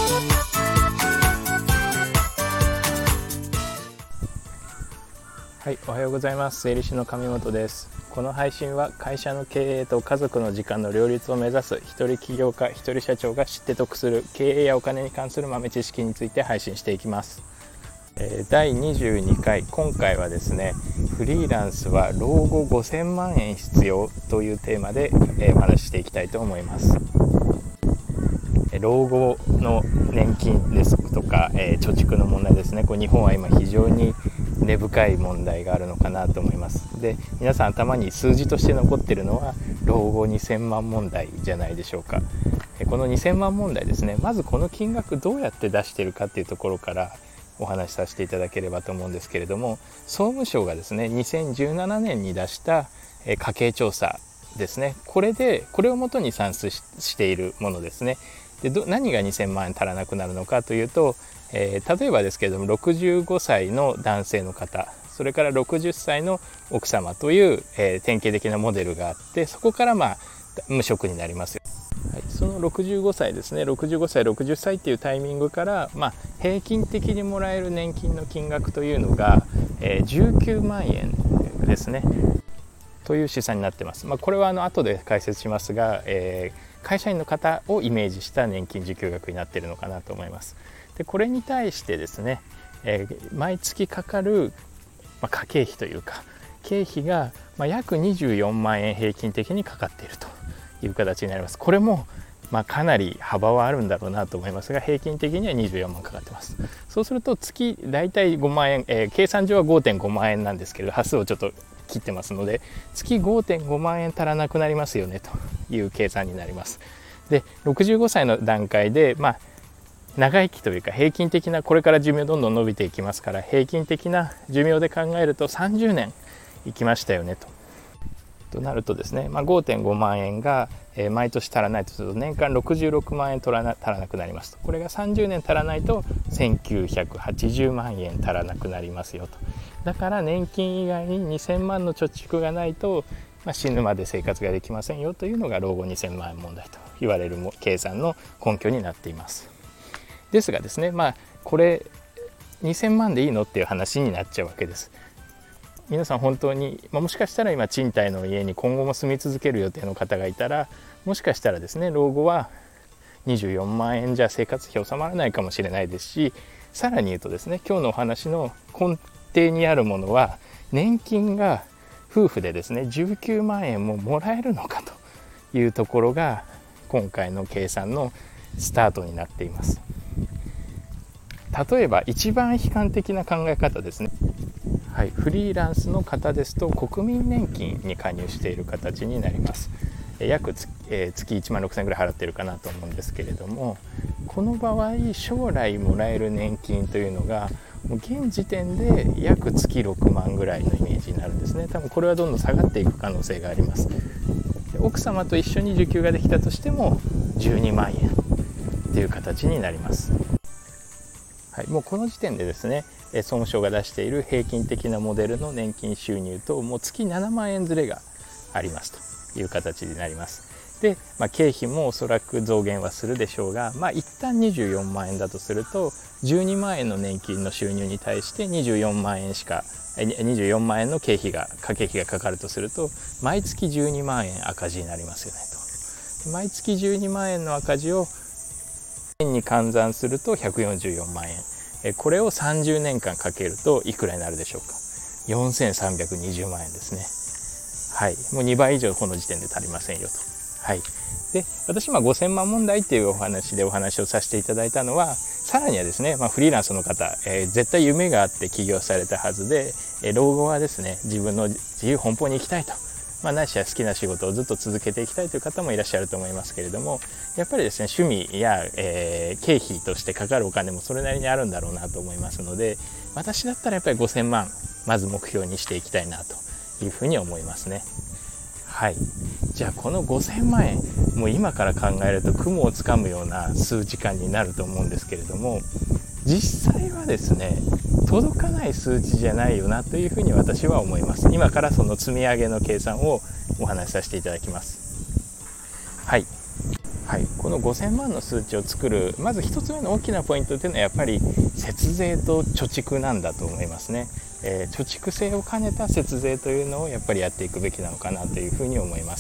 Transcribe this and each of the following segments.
はい、おはようございます。税理士の上本です。この配信は会社の経営と家族の時間の両立を目指す一人起業家、一人社長が知って得する経営やお金に関する豆知識について配信していきます。第22回、今回はですね、フリーランスは老後5000万円必要というテーマでお話ししていきたいと思います。老後の年金ですとか、貯蓄の問題ですね。日本は今非常に根深い問題があるのかなと思います。で、皆さん頭に数字として残っているのは老後2000万問題じゃないでしょうか。この2000万問題ですね、まずこの金額どうやって出しているかっていうところからお話しさせていただければと思うんですけれども、総務省がですね2017年に出した家計調査ですね、これをもとに算出しているものですね。で、何が2000万円足らなくなるのかというと、例えばですけれども65歳の男性の方、それから60歳の奥様という、典型的なモデルがあって、そこから無職になりますよ。はい、その65歳ですね、65歳60歳っていうタイミングから、平均的にもらえる年金の金額というのが、19万円ですねという試算になっています。これは後で解説しますが、会社員の方をイメージした年金受給額になっているのかなと思います。で、これに対してですね、毎月かかる、家計費というか経費が、約24万円平均的にかかっているという形になります。これもかなり幅はあるんだろうなと思いますが、平均的には24万かかってます。そうすると月だいたい5万円、計算上は 5.5 万円なんですけど、端数をちょっと切ってますので、月 5.5 万円足らなくなりますよねという計算になります。で、65歳の段階で長生きというか平均的な、これから寿命どんどん伸びていきますから、平均的な寿命で考えると30年生きましたよねとなるとですね、5.5 万円が毎年足らないとすると年間66万円足らなくなりますと。これが30年足らないと1980万円足らなくなりますよと。だから年金以外に2000万の貯蓄がないと、死ぬまで生活ができませんよというのが老後2000万円問題と言われる計算の根拠になっています。ですがですね、これ2000万でいいのっていう話になっちゃうわけです。皆さん本当に、もしかしたら今賃貸の家に今後も住み続ける予定の方がいたら、もしかしたらですね、老後は24万円じゃ生活費収まらないかもしれないですし、さらに言うとですね、今日のお話の根底にあるものは、年金が夫婦でですね19万円ももらえるのかというところが今回の計算のスタートになっています。例えば一番悲観的な考え方ですね、はい、フリーランスの方ですと国民年金に加入している形になります。約月1万6000円ぐらい払っているかなと思うんですけれども、この場合将来もらえる年金というのがもう現時点で約月6万ぐらいのイメージになるんですね。多分これはどんどん下がっていく可能性があります。奥様と一緒に受給ができたとしても12万円という形になります。はい、もうこの時点でですね、総務省が出している平均的なモデルの年金収入ともう月7万円ずれがありますという形になります。で、経費もおそらく増減はするでしょうが、一旦24万円だとすると12万円の年金の収入に対して24万円の家計費がかかるとすると、毎月12万円赤字になりますよねと。毎月12万円の赤字を年に換算すると144万円、これを30年間かけるといくらになるでしょうか。4320万円ですね。はい、もう2倍以上この時点で足りませんよと。はい、で、私5000万問題っていうお話をさせていただいたのは、さらにはですね、フリーランスの方、絶対夢があって起業されたはずで、老後はですね自分の自由奔放に生きたいと、ないしは好きな仕事をずっと続けていきたいという方もいらっしゃると思いますけれども、やっぱりですね趣味や、経費としてかかるお金もそれなりにあるんだろうなと思いますので、私だったらやっぱり5000万まず目標にしていきたいなというふうに思いますね。はい、じゃあこの5000万円、もう今から考えると雲をつかむような数時間になると思うんですけれども、実際はですね届かない数値じゃないよなというふうに私は思います。今からその積み上げの計算をお話しさせていただきます。はい、 はい、この5000万の数値を作るまず1つ目の大きなポイントというのはやっぱり節税と貯蓄なんだと思いますね。貯蓄性を兼ねた節税というのをやっぱりやっていくべきなのかなというふうに思います。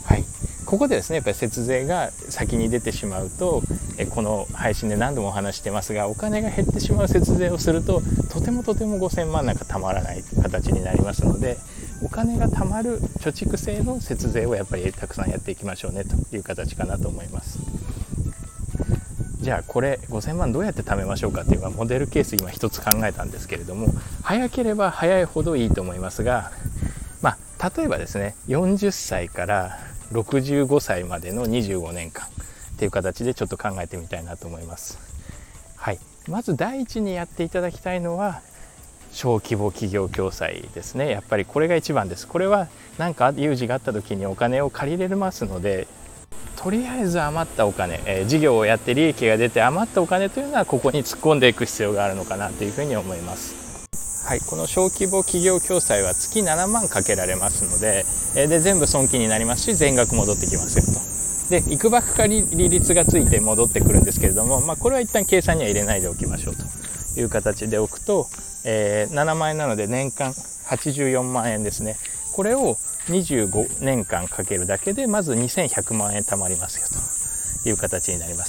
はい、ここでですねやっぱり節税が先に出てしまうと、この配信で何度もお話してますが、お金が減ってしまう節税をするととても5000万なんかたまらない形になりますので、お金が貯まる貯蓄性の節税をやっぱりたくさんやっていきましょうねという形かなと思います。じゃあこれ5000万どうやって貯めましょうかというモデルケース今一つ考えたんですけれども、早ければ早いほどいいと思いますが、例えばですね40歳から65歳までの25年間っていう形でちょっと考えてみたいなと思います。はい、まず第一にやっていただきたいのは小規模企業共済ですね。やっぱりこれが一番です。これは何か有事があった時にお金を借りれますので、とりあえず余ったお金、事業をやって利益が出て余ったお金というのはここに突っ込んでいく必要があるのかなというふうに思います。はい、この小規模企業共済は月7万かけられますので、全部損金になりますし全額戻ってきますよと。でいくばくか利率がついて戻ってくるんですけれども、これは一旦計算には入れないでおきましょうという形でおくと、7万円なので年間84万円ですね。これを25年間かけるだけでまず2100万円貯まりますよという形になります。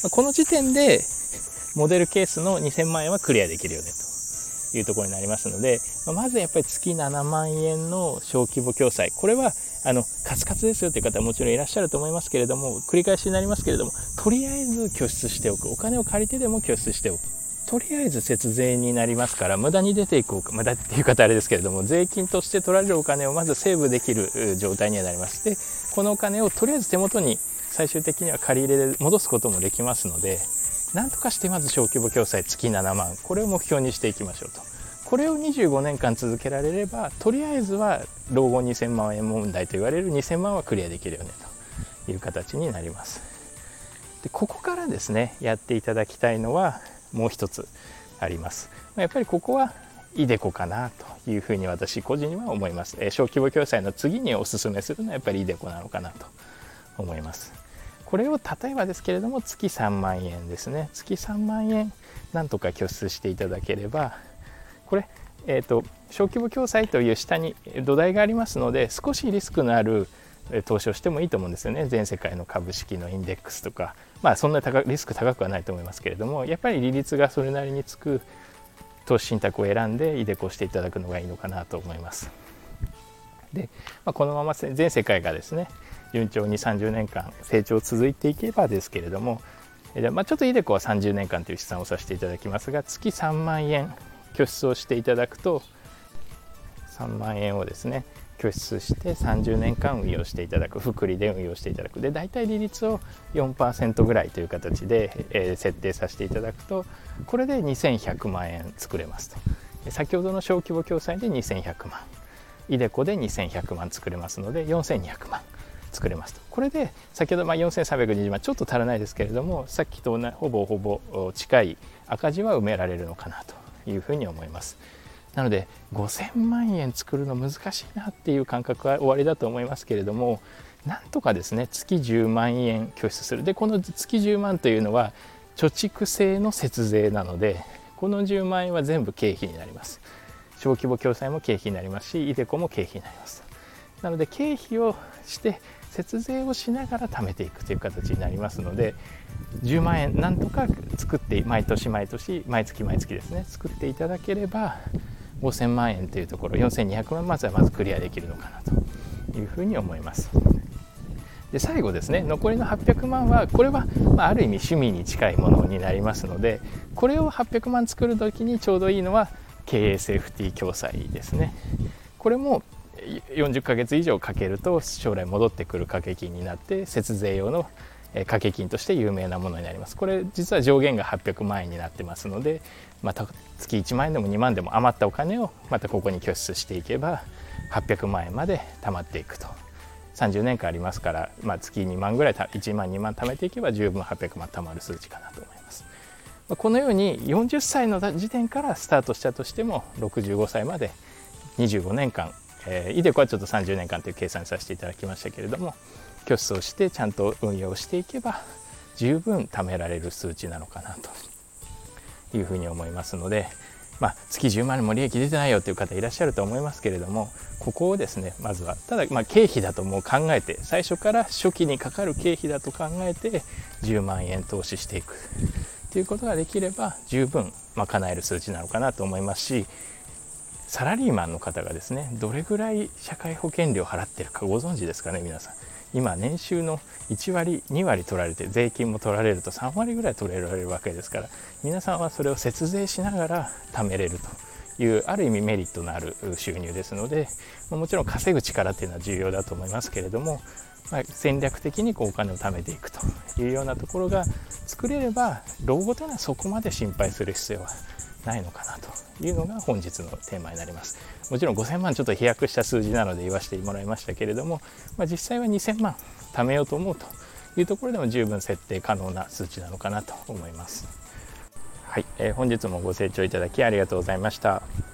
この時点でモデルケースの2000万円はクリアできるよねというところになりますので、まずやっぱり月7万円の小規模共済、これはカツカツですよという方はもちろんいらっしゃると思いますけれども、繰り返しになりますけれども、とりあえず拠出しておく、お金を借りてでも拠出しておく、とりあえず節税になりますから、無駄に出ていく無駄っていう方あれですけれども、税金として取られるお金をまずセーブできる状態にはなります。でこのお金をとりあえず手元に最終的には借り入れで戻すこともできますので、なんとかしてまず小規模共済月7万、これを目標にしていきましょうと。これを25年間続けられれば、とりあえずは老後2000万円問題と言われる2000万はクリアできるよねという形になります。でここからですねやっていただきたいのはもう一つあります。やっぱりここはiDeCoかなというふうに私個人には思います。小規模共済の次におすすめするのはやっぱりiDeCoなのかなと思います。これを例えばですけれども月3万円ですね。月3万円なんとか拠出していただければ、これ、小規模共済という下に土台がありますので、少しリスクのある投資をしてもいいと思うんですよね。全世界の株式のインデックスとか、そんなリスク高くはないと思いますけれども、やっぱり利率がそれなりにつく投資信託を選んでiDeCoしていただくのがいいのかなと思います。で、このまま全世界がですね順調に30年間成長続いていけばですけれども、ちょっとiDeCoは30年間という試算をさせていただきますが、月3万円拠出をしていただくと、3万円をですね拠出して30年間運用していただく、複利で運用していただく。で大体利率を 4% ぐらいという形で、設定させていただくと、これで2100万円作れますと。先ほどの小規模共済で2100万、iDeCoで2100万作れますので4200万作れますと。これで先ほど4320万ちょっと足らないですけれども、さっきとほぼ近い赤字は埋められるのかなというふうに思います。なので5000万円作るの難しいなっていう感覚は終わりだと思いますけれども、なんとかですね月10万円拠出する。でこの月10万というのは貯蓄性の節税なので、この10万円は全部経費になります。小規模共済も経費になりますしiDeCoも経費になります。なので経費をして節税をしながら貯めていくという形になりますので、10万円なんとか作って毎年毎月ですね作っていただければ5000万円というところ、4200万まずクリアできるのかなというふうに思います。で最後ですね、残りの800万はこれは、ある意味趣味に近いものになりますので、これを800万作る時にちょうどいいのは経営セーフティー共済ですね。これも40ヶ月以上かけると将来戻ってくる掛け金になって節税用の掛け金として有名なものになります。これ実は上限が800万円になってますので、また月1万円でも2万でも余ったお金をまたここに拠出していけば800万円まで貯まっていくと。30年間ありますから、月2万ぐらい1万2万貯めていけば十分800万貯まる数値かなと思います。このように40歳の時点からスタートしたとしても65歳まで25年間、iDeCoはちょっと30年間という計算させていただきましたけれども、 拠出をしてちゃんと運用していけば十分貯められる数値なのかなというふうに思いますので、月10万円も利益出てないよという方いらっしゃると思いますけれども、ここをですねまずはただ経費だともう考えて、最初から初期にかかる経費だと考えて10万円投資していくということができれば十分叶える数値なのかなと思いますし、サラリーマンの方がですねどれぐらい社会保険料払ってるかご存知ですかね。皆さん今年収の1割2割取られて、税金も取られると3割ぐらい取れられるわけですから、皆さんはそれを節税しながら貯めれるというある意味メリットのある収入ですので、もちろん稼ぐ力っていうのは重要だと思いますけれども、戦略的にお金を貯めていくというようなところが作れれば、老後というのはそこまで心配する必要はないのかなというのが本日のテーマになります。もちろん5000万ちょっと飛躍した数字なので言わせてもらいましたけれども、実際は2000万貯めようと思うというところでも十分設定可能な数値なのかなと思います。はい、本日もご清聴いただきありがとうございました。